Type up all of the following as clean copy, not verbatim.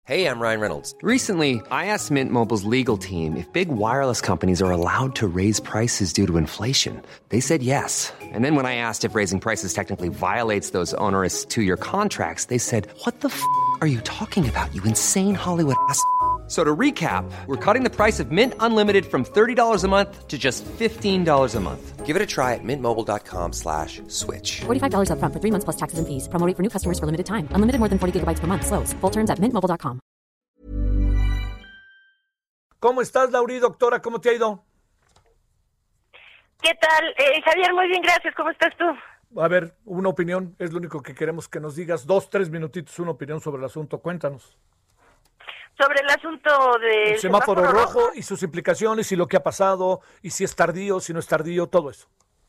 Hey, I'm Ryan Reynolds. Recently, I asked Mint Mobile's legal team if big wireless companies are allowed to raise prices due to inflation. They said yes. And then when I asked if raising prices technically violates those onerous two-year contracts, they said, "What the f*** are you talking about, you insane Hollywood ass?" So to recap, we're cutting the price of Mint Unlimited from $30 a month to just $15 a month. Give it a try at mintmobile.com/switch. $45 up front for 3 months plus taxes and fees. Promo rate for new customers for limited time. Unlimited more than 40 gigabytes per month. Slows full terms at mintmobile.com. ¿Cómo estás, Lauri, doctora? ¿Cómo te ha ido? ¿Qué tal? Javier, muy bien, gracias. ¿Cómo estás tú? A ver, una opinión, es lo único que queremos que nos digas. 2-3 minutitos, una opinión sobre el asunto. Cuéntanos. Sobre el asunto del el semáforo rojo y sus implicaciones y lo que ha pasado y si es tardío, si no es tardío, todo eso.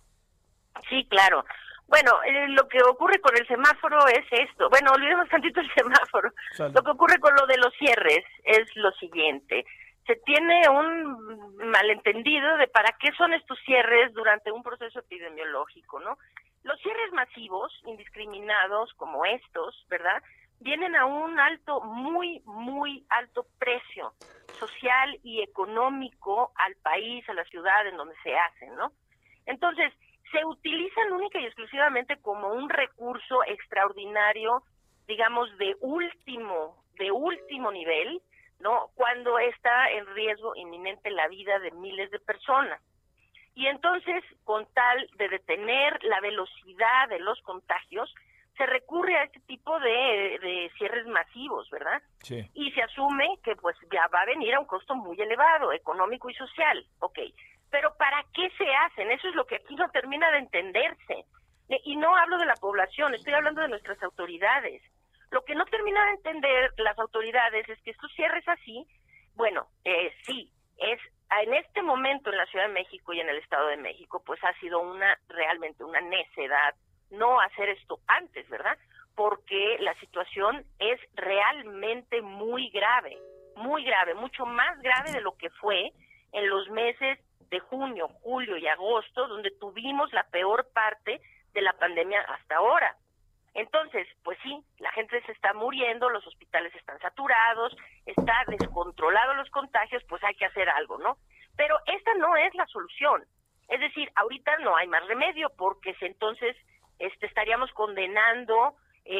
Sí, claro. Bueno, lo que ocurre con el semáforo es esto. Bueno, olvidemos tantito el semáforo. Sale. Lo que ocurre con lo de los cierres es lo siguiente. Se tiene un malentendido de para qué son estos cierres durante un proceso epidemiológico, ¿no? Los cierres masivos, indiscriminados como estos, ¿verdad?, vienen a un alto, muy, muy alto precio social y económico al país, a la ciudad en donde se hacen, ¿no? Entonces, se utilizan única y exclusivamente como un recurso extraordinario, digamos, de último nivel, ¿no?, cuando está en riesgo inminente la vida de miles de personas. Y entonces, con tal de detener la velocidad de los contagios, se recurre a este tipo de cierres masivos, ¿verdad? Sí. Y se asume que pues ya va a venir a un costo muy elevado, económico y social, ok. Pero ¿para qué se hacen? Eso es lo que aquí no termina de entenderse. Y no hablo de la población, estoy hablando de nuestras autoridades. Lo que no termina de entender las autoridades es que estos cierres así, bueno, sí, es en este momento en la Ciudad de México y en el Estado de México, pues ha sido realmente una necedad no hacer esto antes, ¿verdad? Porque la situación es realmente muy grave, mucho más grave de lo que fue en los meses de junio, julio y agosto, donde tuvimos la peor parte de la pandemia hasta ahora. Entonces, pues sí, la gente se está muriendo, los hospitales están saturados, está descontrolado los contagios, pues hay que hacer algo, ¿no? Pero esta no es la solución. Es decir, ahorita no hay más remedio porque entonces estaríamos condenando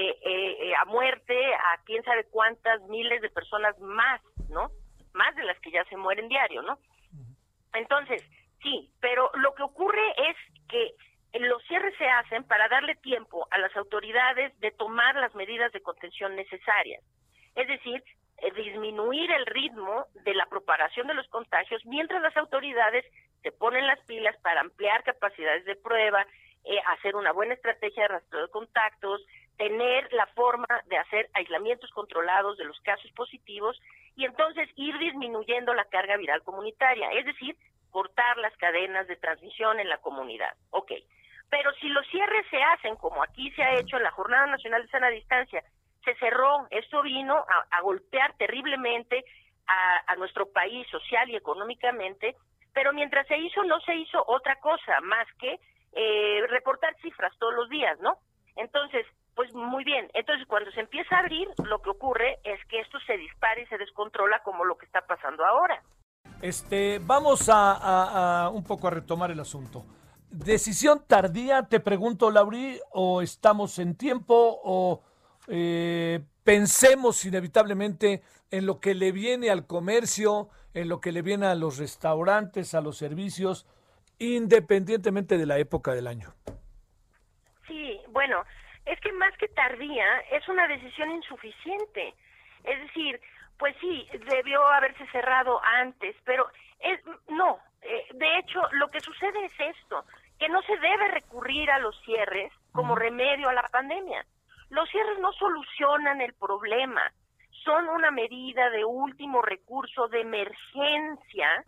a muerte a quién sabe cuántas miles de personas más, ¿no? Más de las que ya se mueren diario, ¿no? Entonces, sí, pero lo que ocurre es que los cierres se hacen para darle tiempo a las autoridades de tomar las medidas de contención necesarias. Es decir, disminuir el ritmo de la propagación de los contagios mientras las autoridades se ponen las pilas para ampliar capacidades de prueba, hacer una buena estrategia de rastreo de contactos, tener la forma de hacer aislamientos controlados de los casos positivos y entonces ir disminuyendo la carga viral comunitaria, es decir, cortar las cadenas de transmisión en la comunidad. Ok, pero si los cierres se hacen como aquí se ha hecho en la Jornada Nacional de Sana Distancia, se cerró, esto vino a golpear terriblemente a nuestro país social y económicamente, pero mientras se hizo, no se hizo otra cosa más que reportar cifras todos los días, ¿no? Entonces, pues muy bien. Entonces, cuando se empieza a abrir, lo que ocurre es que esto se dispara y se descontrola como lo que está pasando ahora. Vamos a un poco a retomar el asunto. ¿Decisión tardía, te pregunto, Lauri, o estamos en tiempo, o pensemos inevitablemente en lo que le viene al comercio, en lo que le viene a los restaurantes, a los servicios, independientemente de la época del año? Sí, bueno, es que más que tardía, es una decisión insuficiente. Es decir, pues sí, debió haberse cerrado antes, pero no. De hecho, lo que sucede es esto, que no se debe recurrir a los cierres como remedio a la pandemia. Los cierres no solucionan el problema, son una medida de último recurso de emergencia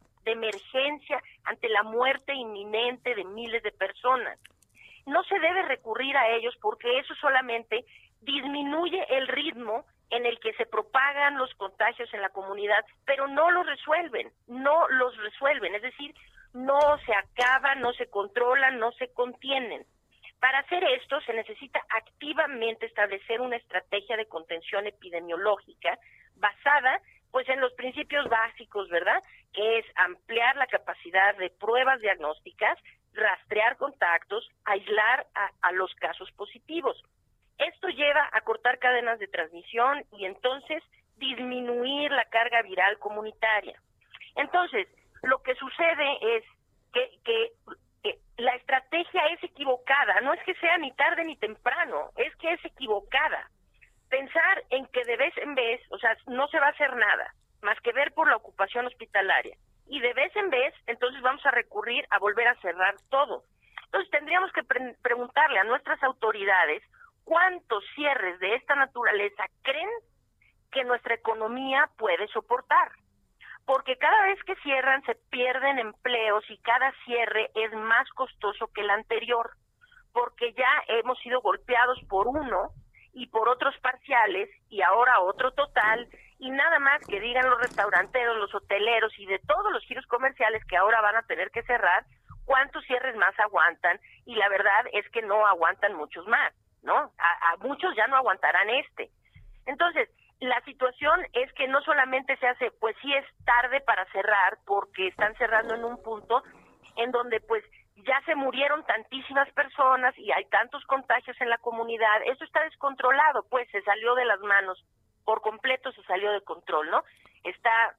ante la muerte inminente de miles de personas. No se debe recurrir a ellos porque eso solamente disminuye el ritmo en el que se propagan los contagios en la comunidad, pero no los resuelven, es decir, no se acaban, no se controlan, no se contienen. Para hacer esto se necesita activamente establecer una estrategia de contención epidemiológica basada pues en los principios básicos, ¿verdad? Que es ampliar la capacidad de pruebas diagnósticas, rastrear contactos, aislar a los casos positivos. Esto lleva a cortar cadenas de transmisión y entonces disminuir la carga viral comunitaria. Entonces, lo que sucede es que la estrategia es equivocada, no es que sea ni tarde ni temprano, es que es equivocada. Pensar en que de vez en vez, o sea, no se va a hacer nada, más que ver por la ocupación hospitalaria. Y de vez en vez, entonces vamos a recurrir a volver a cerrar todo. Entonces tendríamos que preguntarle a nuestras autoridades cuántos cierres de esta naturaleza creen que nuestra economía puede soportar. Porque cada vez que cierran se pierden empleos y cada cierre es más costoso que el anterior, porque ya hemos sido golpeados por uno y por otros parciales y ahora otro total, y nada más que digan los restauranteros, los hoteleros y de todos los giros comerciales que ahora van a tener que cerrar, cuántos cierres más aguantan, y la verdad es que no aguantan muchos más, ¿no? A muchos ya no aguantarán este. Entonces, la situación es que no solamente se hace, pues sí es tarde para cerrar, porque están cerrando en un punto en donde pues ya se murieron tantísimas personas y hay tantos contagios en la comunidad, eso está descontrolado, pues se salió de las manos, por completo se salió de control, ¿no? Está,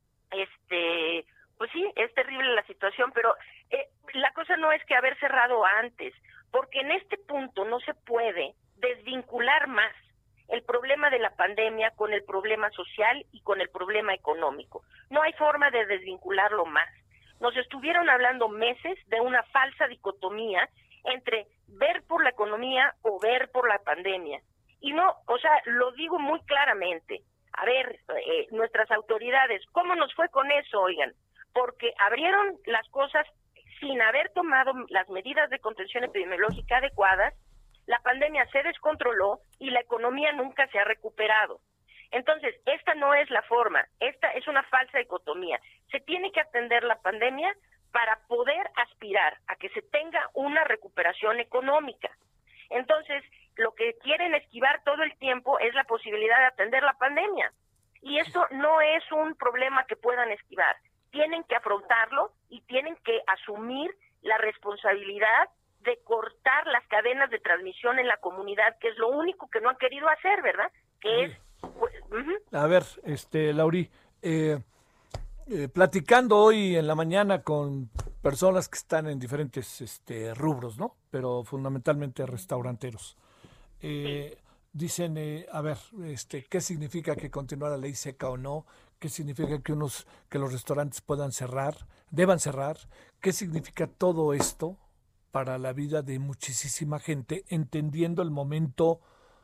pues sí, es terrible la situación, pero la cosa no es que haber cerrado antes, porque en este punto no se puede desvincular más el problema de la pandemia con el problema social y con el problema económico. No hay forma de desvincularlo más. Nos estuvieron hablando meses de una falsa dicotomía entre ver por la economía o ver por la pandemia. Y no, o sea, lo digo muy claramente. A ver, nuestras autoridades, ¿cómo nos fue con eso, oigan? Porque abrieron las cosas sin haber tomado las medidas de contención epidemiológica adecuadas, la pandemia se descontroló y la economía nunca se ha recuperado. Entonces, esta no es la forma, esta es una falsa dicotomía. Se tiene que atender la pandemia para poder aspirar a que se tenga una recuperación económica. Entonces, lo que quieren esquivar todo el tiempo es la posibilidad de atender la pandemia. Y esto no es un problema que puedan esquivar. Tienen que afrontarlo y tienen que asumir la responsabilidad de cortar las cadenas de transmisión en la comunidad, que es lo único que no han querido hacer, ¿verdad? Que es... Pues, A ver, Lauri, platicando hoy en la mañana con personas que están en diferentes rubros, ¿no? Pero fundamentalmente restauranteros. Dicen, a ver, ¿qué significa que continúe la ley seca o no? ¿Qué significa que los restaurantes deban cerrar? ¿Qué significa todo esto para la vida de muchísima gente, entendiendo el momento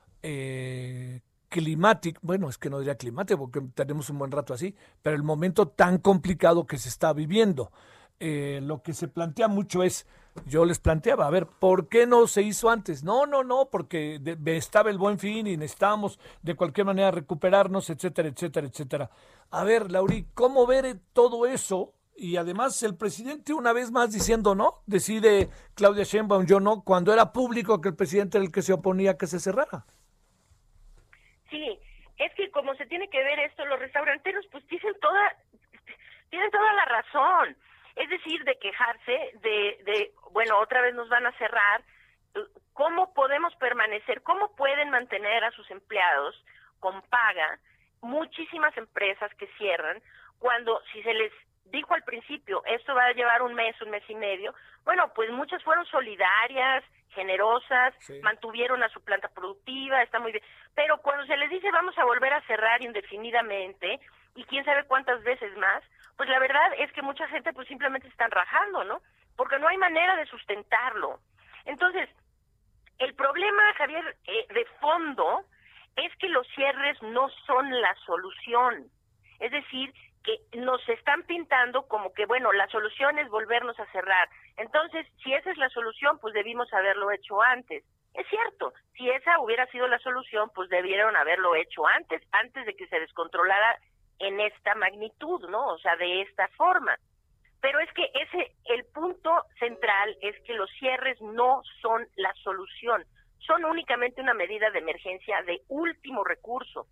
climático? Bueno, es que no diría climático porque tenemos un buen rato así, pero el momento tan complicado que se está viviendo. Lo que se plantea mucho es, yo les planteaba, a ver, ¿por qué no se hizo antes? No, porque estaba el Buen Fin y necesitábamos de cualquier manera recuperarnos, etcétera, etcétera, etcétera. A ver, Lauri, ¿cómo ver todo eso? Y además el presidente una vez más diciendo no, decide Claudia Sheinbaum, yo no, cuando era público que el presidente era el que se oponía a que se cerrara. Sí, es que como se tiene que ver esto, los restauranteros pues tienen toda la razón. Es decir, de quejarse bueno, otra vez nos van a cerrar. ¿Cómo podemos permanecer? ¿Cómo pueden mantener a sus empleados con paga? Muchísimas empresas que cierran, cuando si se les dijo al principio, esto va a llevar un mes y medio, bueno, pues muchas fueron solidarias, generosas, sí, mantuvieron a su planta productiva, está muy bien, pero cuando se les dice vamos a volver a cerrar indefinidamente, y quién sabe cuántas veces más, pues la verdad es que mucha gente pues simplemente están rajando, ¿no? Porque no hay manera de sustentarlo. Entonces, el problema, Javier, de fondo, es que los cierres no son la solución. Es decir, que nos están pintando como que, bueno, la solución es volvernos a cerrar. Entonces, si esa es la solución, pues debimos haberlo hecho antes. Es cierto, si esa hubiera sido la solución, pues debieron haberlo hecho antes de que se descontrolara en esta magnitud, ¿no? O sea, de esta forma. Pero es que el punto central es que los cierres no son la solución, son únicamente una medida de emergencia de último recurso.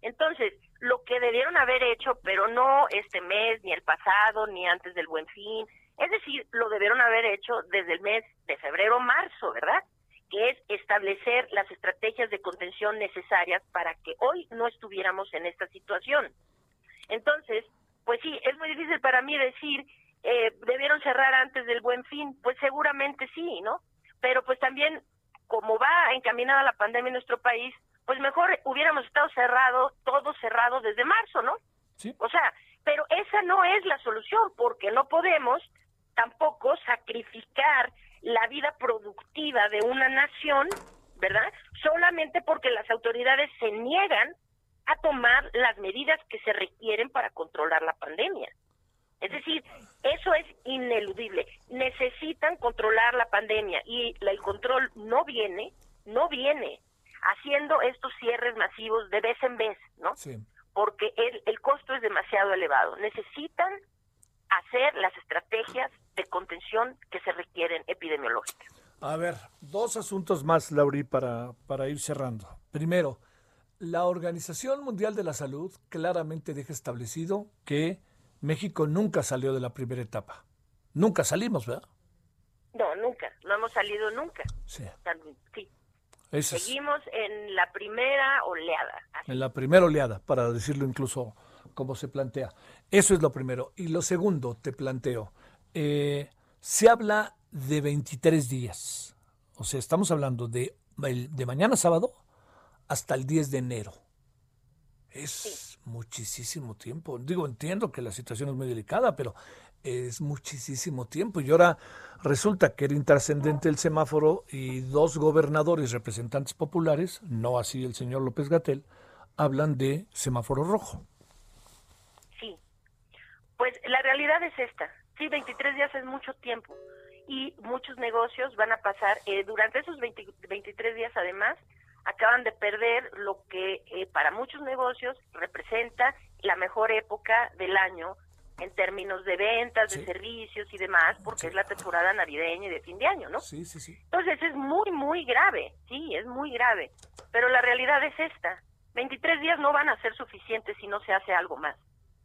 Entonces, lo que debieron haber hecho, pero no este mes, ni el pasado, ni antes del Buen Fin, es decir, lo debieron haber hecho desde el mes de febrero o marzo, ¿verdad? Que es establecer las estrategias de contención necesarias para que hoy no estuviéramos en esta situación. Entonces, pues sí, es muy difícil para mí decir, debieron cerrar antes del Buen Fin, pues seguramente sí, ¿no? Pero pues también, como va encaminada la pandemia en nuestro país, pues mejor hubiéramos estado todo cerrado desde marzo, ¿no? Sí. O sea, pero esa no es la solución, porque no podemos tampoco sacrificar la vida productiva de una nación, ¿verdad? Solamente porque las autoridades se niegan a tomar las medidas que se requieren para controlar la pandemia. Es decir, eso es ineludible. Necesitan controlar la pandemia y el control no viene haciendo estos cierres masivos de vez en vez, ¿no? Sí. Porque el costo es demasiado elevado. Necesitan hacer las estrategias de contención que se requieren epidemiológicas. A ver, 2 asuntos más, Lauri, para ir cerrando. Primero, la Organización Mundial de la Salud claramente deja establecido que México nunca salió de la primera etapa. Nunca salimos, ¿verdad? No, nunca. No hemos salido nunca. Sí. Sí. Seguimos en la primera oleada. Así. en la primera oleada, para decirlo incluso como se plantea. Eso es lo primero. Y lo segundo, te planteo, se habla de 23 días. O sea, estamos hablando de mañana sábado hasta el 10 de enero. Es muchísimo tiempo. Digo, entiendo que la situación es muy delicada, pero es muchísimo tiempo. Y ahora resulta que era intrascendente el semáforo y 2 gobernadores representantes populares, no así el señor López-Gatell, hablan de semáforo rojo. Sí. Pues la realidad es esta. Sí, 23 días es mucho tiempo. Y muchos negocios van a pasar, durante esos 23 días además, acaban de perder lo que para muchos negocios representa la mejor época del año en términos de ventas, de servicios y demás, porque es la temporada navideña y de fin de año, ¿no? Sí. Entonces es muy, muy grave, sí, es muy grave. Pero la realidad es esta. 23 días no van a ser suficientes si no se hace algo más.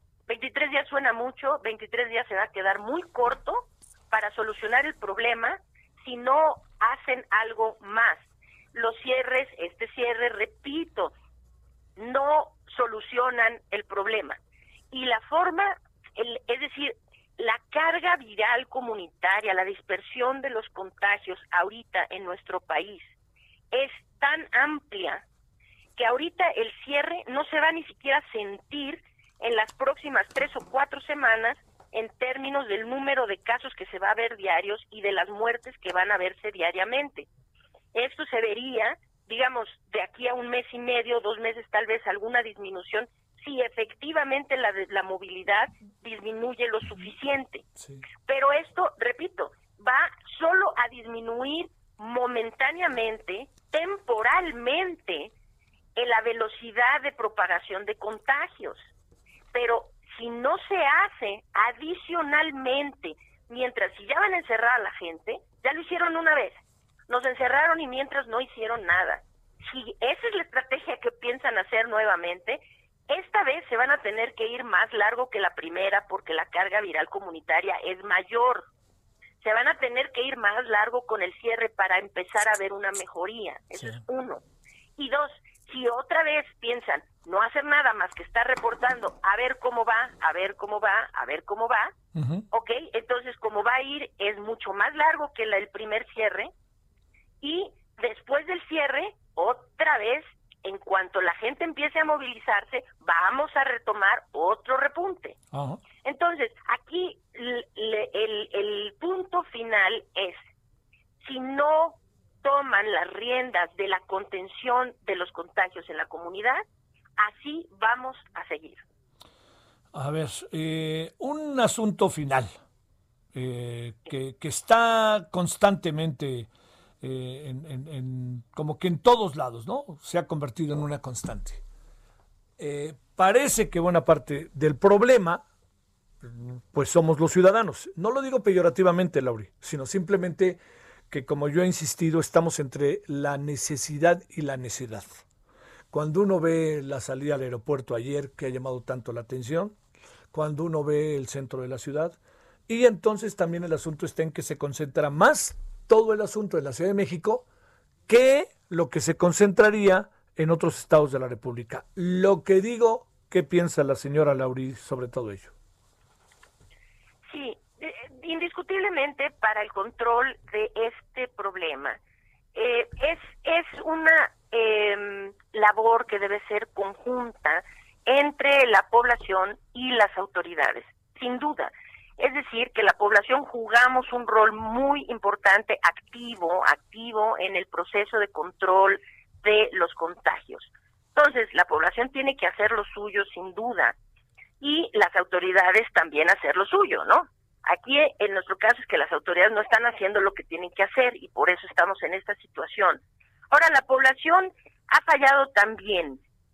23 días suena mucho, 23 días se va a quedar muy corto para solucionar el problema si no hacen algo más. Los cierres, este cierre, repito, no solucionan el problema. Y la forma, es decir, la carga viral comunitaria, la dispersión de los contagios ahorita en nuestro país es tan amplia que ahorita el cierre no se va ni siquiera a sentir en las próximas 3 o 4 semanas en términos del número de casos que se va a ver diarios y de las muertes que van a verse diariamente. Esto se vería, digamos, de aquí a 1 mes y medio, 2 meses tal vez, alguna disminución, si efectivamente la movilidad disminuye lo suficiente. Sí. Pero esto, repito, va solo a disminuir momentáneamente, temporalmente, en la velocidad de propagación de contagios. Pero si no se hace adicionalmente, mientras si ya van a encerrar a la gente, ya lo hicieron una vez, nos encerraron y mientras no hicieron nada. Si esa es la estrategia que piensan hacer nuevamente, esta vez se van a tener que ir más largo que la primera porque la carga viral comunitaria es mayor. Se van a tener que ir más largo con el cierre para empezar a ver una mejoría. Eso es 1. Y 2, si otra vez piensan no hacer nada más que estar reportando a ver cómo va, ok, entonces como va a ir es mucho más largo que el primer cierre y después del cierre, otra vez, en cuanto la gente empiece a movilizarse, vamos a retomar otro repunte. Ajá. Entonces, aquí el punto final es, si no toman las riendas de la contención de los contagios en la comunidad, así vamos a seguir. A ver, un asunto final que está constantemente como que en todos lados, ¿no? Se ha convertido en una constante. Parece que buena parte del problema, pues somos los ciudadanos. No lo digo peyorativamente, Lauri, sino simplemente que, como yo he insistido, estamos entre la necesidad y la necedad. Cuando uno ve la salida al aeropuerto ayer, que ha llamado tanto la atención, cuando uno ve el centro de la ciudad, y entonces también el asunto está en que se concentra más todo el asunto de la Ciudad de México que lo que se concentraría en otros estados de la República. Lo que digo, ¿qué piensa la señora Lauri sobre todo ello? Sí, indiscutiblemente para el control de este problema es una labor que debe ser conjunta entre la población y las autoridades, sin duda. Es decir, que la población jugamos un rol muy importante, activo en el proceso de control de los contagios. Entonces, la población tiene que hacer lo suyo, sin duda, y las autoridades también hacer lo suyo, ¿no? Aquí, en nuestro caso, es que las autoridades no están haciendo lo que tienen que hacer y por eso estamos en esta situación. Ahora, la población ha fallado también.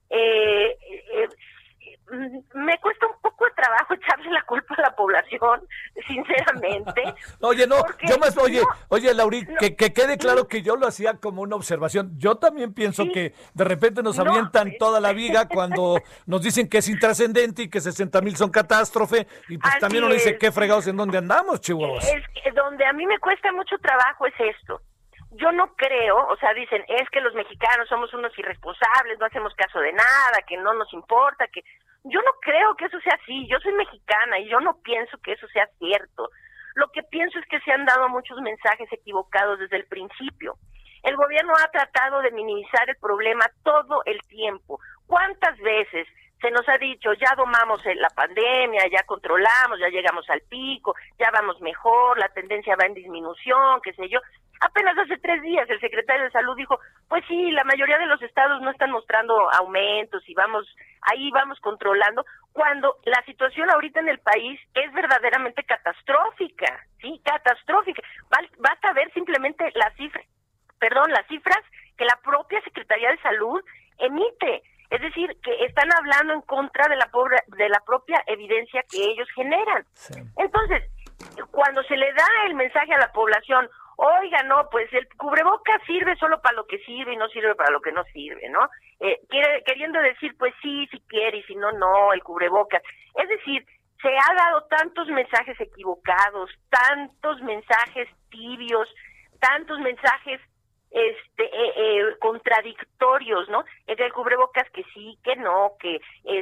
Me cuesta un poco de trabajo echarle la culpa a la población, sinceramente. Oye, no, yo más, oye, Lauri, no, que quede claro que yo lo hacía como una observación. Yo también pienso sí, que de repente nos avientan toda la viga cuando nos dicen que es intrascendente y que 60,000 son catástrofe, y pues así también uno dice, es. ¿qué fregados en dónde andamos, chihuahuas? Es que donde a mí me cuesta mucho trabajo es esto. Yo no creo, o sea, dicen, es que los mexicanos somos unos irresponsables, no hacemos caso de nada, que no nos importa, que... Yo no creo que eso sea así, yo soy mexicana y yo no pienso que eso sea cierto. Lo que pienso es que se han dado muchos mensajes equivocados desde el principio. El gobierno ha tratado de minimizar el problema todo el tiempo. ¿Cuántas veces se nos ha dicho, ya domamos la pandemia, ya controlamos, ya llegamos al pico, ya vamos mejor, la tendencia va en disminución, qué sé yo? Apenas hace 3 días el secretario de Salud dijo, pues sí, la mayoría de los estados no están mostrando aumentos y vamos controlando, cuando la situación ahorita en el país es verdaderamente catastrófica, ¿sí? Catastrófica. Basta ver simplemente las cifras que la propia Secretaría de Salud emite. Es decir, que están hablando en contra de la propia evidencia que ellos generan. Sí. Entonces, cuando se le da el mensaje a la población, oiga, no, pues el cubrebocas sirve solo para lo que sirve y no sirve para lo que no sirve, ¿no? Queriendo decir, pues sí, si quiere, y si no, no, el cubrebocas. Es decir, se ha dado tantos mensajes equivocados, tantos mensajes tibios, tantos mensajes contradictorios, ¿no? Entre el cubrebocas que sí, que no, que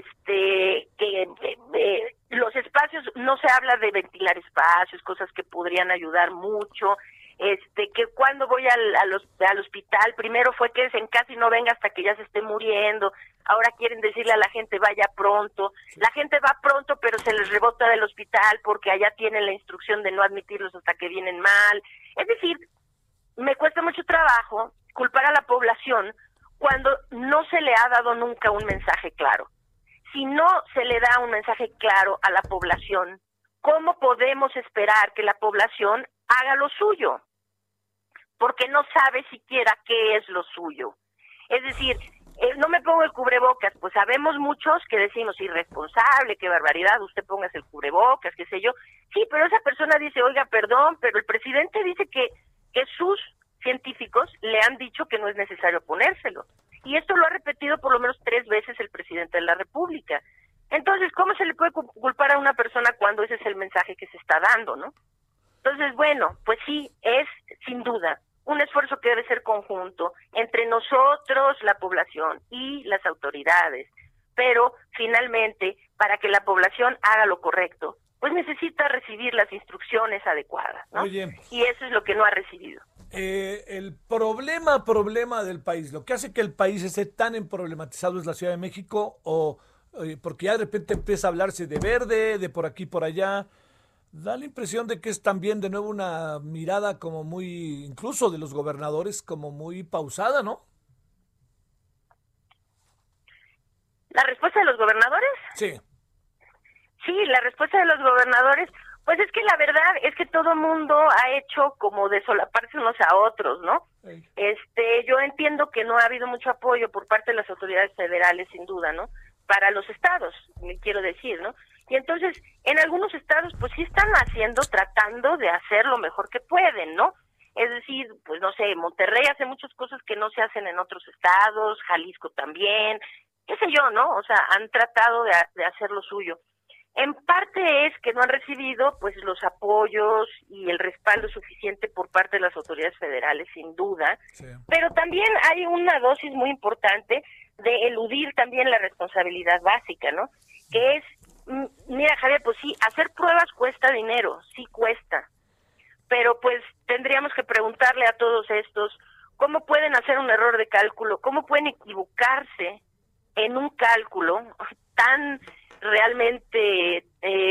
los espacios, no se habla de ventilar espacios, cosas que podrían ayudar mucho, que cuando voy al hospital, primero fue que es en casa y no venga hasta que ya se esté muriendo, ahora quieren decirle a la gente vaya pronto, la gente va pronto pero se les rebota del hospital porque allá tienen la instrucción de no admitirlos hasta que vienen mal, es decir, me cuesta mucho trabajo culpar a la población cuando no se le ha dado nunca un mensaje claro. Si no se le da un mensaje claro a la población, ¿cómo podemos esperar que la población haga lo suyo? Porque no sabe siquiera qué es lo suyo. Es decir, no me pongo el cubrebocas, pues sabemos muchos que decimos irresponsable, qué barbaridad, usted póngase el cubrebocas, qué sé yo. Sí, pero esa persona dice, oiga, perdón, pero el presidente dice que sus científicos le han dicho que no es necesario ponérselo. Y esto lo ha repetido por lo menos 3 veces el presidente de la República. Entonces, ¿cómo se le puede culpar a una persona cuando ese es el mensaje que se está dando, no? Entonces, bueno, pues sí, es sin duda un esfuerzo que debe ser conjunto entre nosotros, la población y las autoridades. Pero, finalmente, para que la población haga lo correcto, pues necesita recibir las instrucciones adecuadas, ¿no? Oye, y eso es lo que no ha recibido. El problema del país, lo que hace que el país esté tan emproblematizado es la Ciudad de México, porque ya de repente empieza a hablarse de verde, de por aquí, por allá. Da la impresión de que es también de nuevo una mirada como muy, incluso de los gobernadores, como muy pausada, ¿no? ¿La respuesta de los gobernadores? Sí. Sí, la respuesta de los gobernadores, pues es que la verdad es que todo el mundo ha hecho como de solaparse unos a otros, ¿no? Sí. Yo entiendo que no ha habido mucho apoyo por parte de las autoridades federales, sin duda, ¿no? Para los estados, quiero decir, ¿no? Y entonces, en algunos estados, pues sí están tratando de hacer lo mejor que pueden, ¿no? Es decir, pues no sé, Monterrey hace muchas cosas que no se hacen en otros estados, Jalisco también, qué sé yo, ¿no? O sea, han tratado de hacer lo suyo. En parte es que no han recibido pues los apoyos y el respaldo suficiente por parte de las autoridades federales, sin duda, sí. Pero también hay una dosis muy importante de eludir también la responsabilidad básica, ¿no? Que es, mira Javier, pues sí, hacer pruebas cuesta dinero, sí cuesta, pero pues tendríamos que preguntarle a todos estos cómo pueden hacer un error de cálculo, cómo pueden equivocarse en un cálculo tan realmente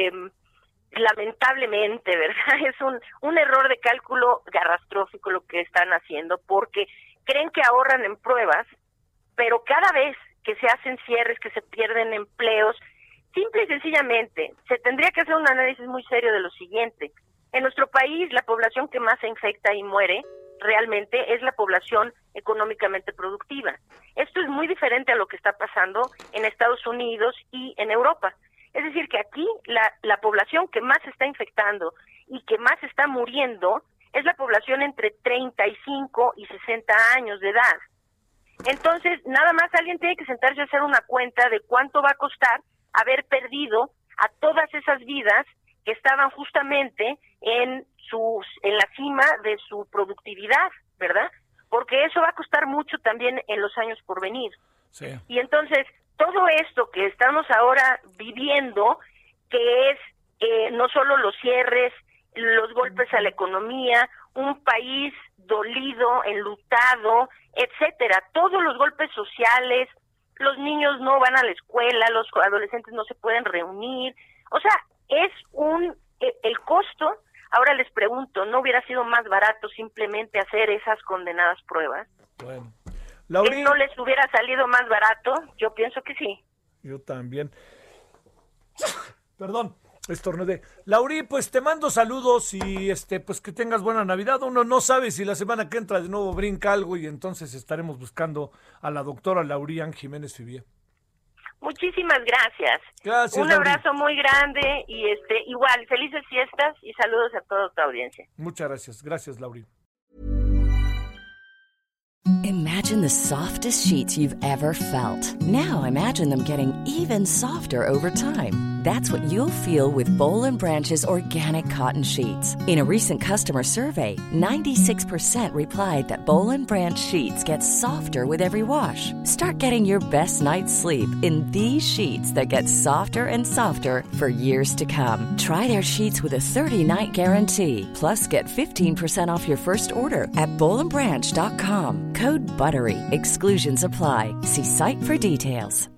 lamentablemente, ¿verdad? Es un error de cálculo catastrófico lo que están haciendo, porque creen que ahorran en pruebas, pero cada vez que se hacen cierres, que se pierden empleos, simple y sencillamente se tendría que hacer un análisis muy serio de lo siguiente. En nuestro país la población que más se infecta y muere realmente es la población económicamente productiva. Esto es muy diferente a lo que está pasando en Estados Unidos y en Europa. Es decir, que aquí la población que más se está infectando y que más está muriendo es la población entre 35 y 60 años de edad. Entonces, nada más alguien tiene que sentarse a hacer una cuenta de cuánto va a costar haber perdido a todas esas vidas que estaban justamente en la cima de su productividad, ¿verdad? Porque eso va a costar mucho también en los años por venir. Sí. Y entonces, todo esto que estamos ahora viviendo, que es no solo los cierres, los golpes a la economía, un país dolido, enlutado, etcétera, todos los golpes sociales, los niños no van a la escuela, los adolescentes no se pueden reunir, o sea, es el costo. Ahora les pregunto, ¿no hubiera sido más barato simplemente hacer esas condenadas pruebas? Bueno, ¿Que no les hubiera salido más barato? Yo pienso que sí. Yo también. Perdón, estornudé. Lauri, pues te mando saludos y pues que tengas buena Navidad. Uno no sabe si la semana que entra de nuevo brinca algo y entonces estaremos buscando a la doctora Laurian Jiménez Fibier. Muchísimas gracias. Gracias. Un abrazo muy grande y igual, felices fiestas y saludos a toda tu audiencia. Muchas gracias. Gracias, Lauri. Imagine the softest sheets you've ever felt. Now imagine them getting even softer over time. That's what you'll feel with Boll & Branch's organic cotton sheets. In a recent customer survey, 96% replied that Boll & Branch sheets get softer with every wash. Start getting your best night's sleep in these sheets that get softer and softer for years to come. Try their sheets with a 30-night guarantee. Plus, get 15% off your first order at bollandbranch.com. Code BUTTERY. Exclusions apply. See site for details.